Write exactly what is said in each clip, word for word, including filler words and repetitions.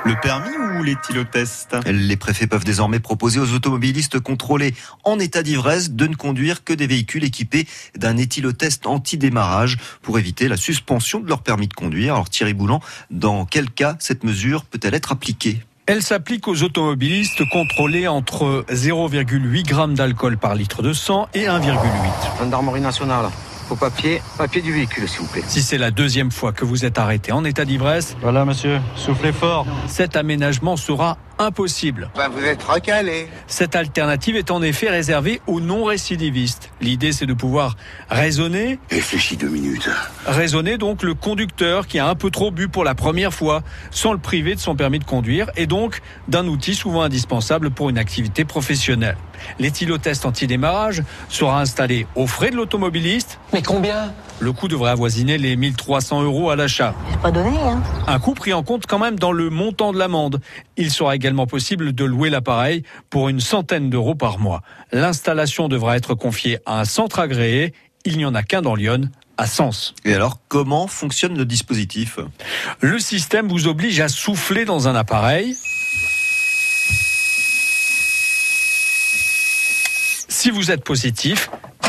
Le permis ou l'éthylotest ? Les préfets peuvent désormais proposer aux automobilistes contrôlés en état d'ivresse de ne conduire que des véhicules équipés d'un éthylotest anti-démarrage pour éviter la suspension de leur permis de conduire. Alors Thierry Boulan, dans quel cas cette mesure peut-elle être appliquée ? Elle s'applique aux automobilistes contrôlés entre zéro virgule huit grammes d'alcool par litre de sang et un virgule huit. Gendarmerie nationale. Au papier, papier du véhicule, s'il vous plaît. Si c'est la deuxième fois que vous êtes arrêté en état d'ivresse, voilà monsieur, soufflez fort. Cet aménagement sera impossible. Ben vous êtes recalé. Cette alternative est en effet réservée aux non-récidivistes. L'idée, c'est de pouvoir raisonner. Réfléchis deux minutes. Raisonner donc le conducteur qui a un peu trop bu pour la première fois, sans le priver de son permis de conduire, et donc d'un outil souvent indispensable pour une activité professionnelle. L'éthylotest anti-démarrage sera installé aux frais de l'automobiliste. Mais combien ? Le coût devrait avoisiner les mille trois cents euros à l'achat. C'est pas donné, hein. Un coût pris en compte quand même dans le montant de l'amende. Il sera également possible de louer l'appareil pour une centaine d'euros par mois. L'installation devra être confiée à un centre agréé. Il n'y en a qu'un dans Lyon, à Sens. Et alors, comment fonctionne le dispositif ? Le système vous oblige à souffler dans un appareil. Si vous êtes positif,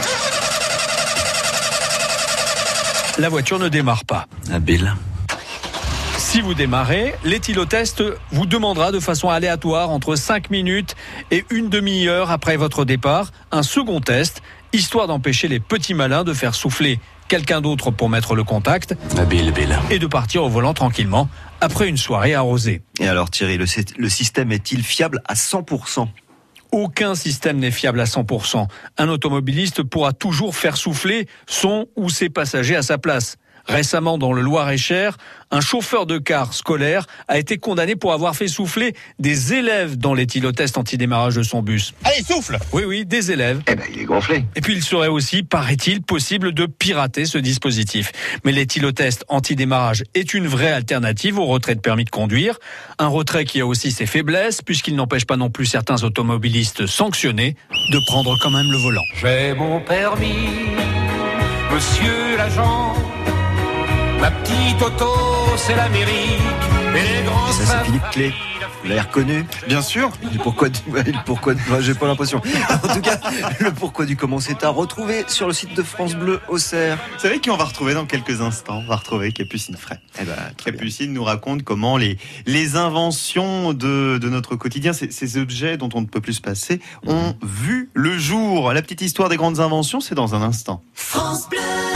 la voiture ne démarre pas. Habile. Si vous démarrez, l'éthylotest vous demandera de façon aléatoire entre cinq minutes et une demi-heure après votre départ un second test, histoire d'empêcher les petits malins de faire souffler quelqu'un d'autre pour mettre le contact Habile, habile. Et de partir au volant tranquillement après une soirée arrosée. Et alors Thierry, le, le système est-il fiable à cent pour cent ? Aucun système n'est fiable à cent pour cent. Un automobiliste pourra toujours faire souffler son ou ses passagers à sa place. Récemment, dans le Loir-et-Cher, un chauffeur de car scolaire a été condamné pour avoir fait souffler des élèves dans l'éthylotest anti-démarrage de son bus. Allez, souffle ! Oui, oui, des élèves. Eh ben, il est gonflé. Et puis, il serait aussi, paraît-il, possible de pirater ce dispositif. Mais l'éthylotest anti-démarrage est une vraie alternative au retrait de permis de conduire. Un retrait qui a aussi ses faiblesses, puisqu'il n'empêche pas non plus certains automobilistes sanctionnés de prendre quand même le volant. J'ai mon permis, monsieur l'agent. Ma petite auto, c'est l'Amérique. Et les grands. Ça, c'est Philippe Clé. Vous l'avez reconnu ? Bien sûr. Le pourquoi du, le pourquoi du, enfin, j'ai pas l'impression. En tout cas, le pourquoi du comment c'est à retrouver sur le site de France Bleu Auxerre. Vous savez qui on va retrouver dans quelques instants ? On va retrouver Capucine Fray. Eh ben, très Capucine bien. Nous raconte comment les, les inventions de, de notre quotidien, ces, ces objets dont on ne peut plus se passer, ont mmh. vu le jour. La petite histoire des grandes inventions, c'est dans un instant. France Bleu.